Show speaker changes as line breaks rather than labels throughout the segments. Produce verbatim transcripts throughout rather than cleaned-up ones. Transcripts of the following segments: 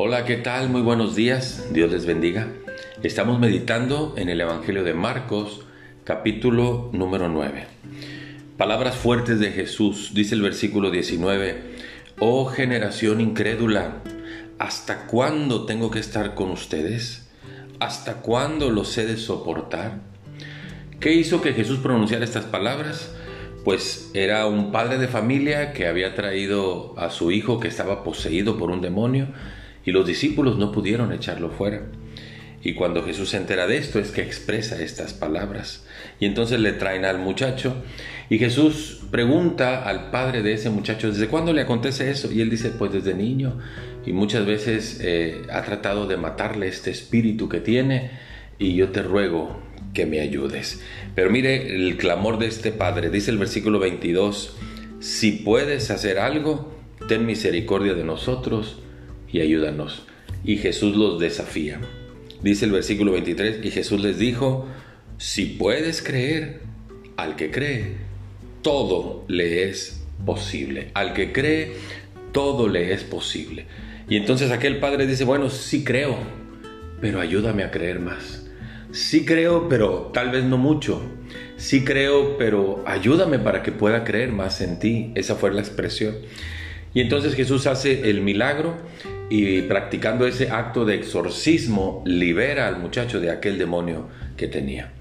Hola, ¿qué tal? Muy buenos días. Dios les bendiga. Estamos meditando en el Evangelio de Marcos, capítulo número nueve. Palabras fuertes de Jesús. Dice el versículo diecinueve: Oh generación incrédula, ¿hasta cuándo tengo que estar con ustedes? ¿Hasta cuándo los he de soportar? ¿Qué hizo que Jesús pronunciara estas palabras? Pues era un padre de familia que había traído a su hijo que estaba poseído por un demonio, y los discípulos no pudieron echarlo fuera. Y cuando Jesús se entera de esto es que expresa estas palabras. Y entonces le traen al muchacho y Jesús pregunta al padre de ese muchacho: ¿desde cuándo le acontece eso? Y él dice: pues desde niño, y muchas veces eh, ha tratado de matarle este espíritu que tiene, y yo te ruego que me ayudes. Pero mire el clamor de este padre. Dice el versículo veintidós: si puedes hacer algo, ten misericordia de nosotros y ayúdanos. Y Jesús los desafía. Dice el versículo veintitrés: y Jesús les dijo: si puedes creer, al que cree, todo le es posible. Al que cree, todo le es posible. Y entonces aquel padre dice: bueno, sí creo, pero ayúdame a creer más. Sí creo, pero tal vez no mucho. Sí creo, pero ayúdame para que pueda creer más en ti. Esa fue la expresión. Y entonces Jesús hace el milagro y, practicando ese acto de exorcismo, libera al muchacho de aquel demonio que tenía.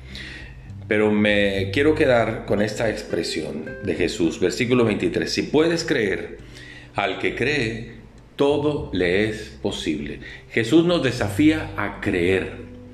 Pero me quiero quedar con esta expresión de Jesús, versículo veintitrés: si puedes creer, al que cree, todo le es posible. Jesús nos desafía a creer,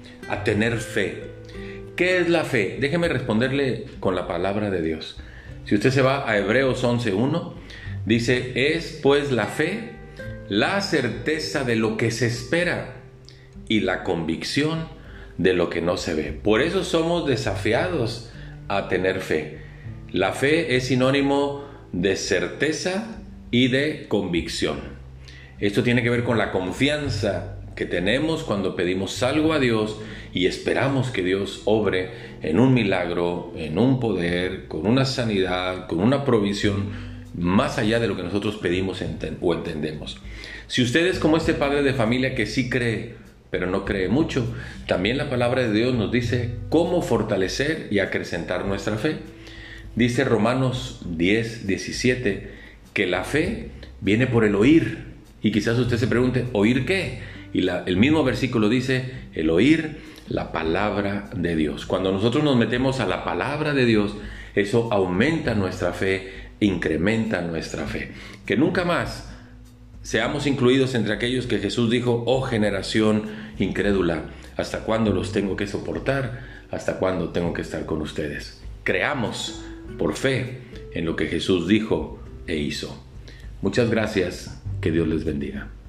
a tener fe. ¿Qué es la fe? Déjeme responderle con la palabra de Dios. Si usted se va a Hebreos once uno, dice: es pues la fe, la certeza de lo que se espera y la convicción de lo que no se ve. Por eso somos desafiados a tener fe. La fe es sinónimo de certeza y de convicción. Esto tiene que ver con la confianza que tenemos cuando pedimos algo a Dios y esperamos que Dios obre en un milagro, en un poder, con una sanidad, con una provisión más allá de lo que nosotros pedimos o entendemos. Si usted es como este padre de familia que sí cree, pero no cree mucho, también la palabra de Dios nos dice cómo fortalecer y acrecentar nuestra fe. Dice Romanos diez, diecisiete, que la fe viene por el oír. Y quizás usted se pregunte: ¿oír qué? Y la, el mismo versículo dice: el oír la palabra de Dios. Cuando nosotros nos metemos a la palabra de Dios, eso aumenta nuestra fe, incrementa nuestra fe. Que nunca más seamos incluidos entre aquellos que Jesús dijo: oh generación incrédula, ¿hasta cuándo los tengo que soportar? ¿Hasta cuándo tengo que estar con ustedes? Creamos por fe en lo que Jesús dijo e hizo. Muchas gracias. Que Dios les bendiga.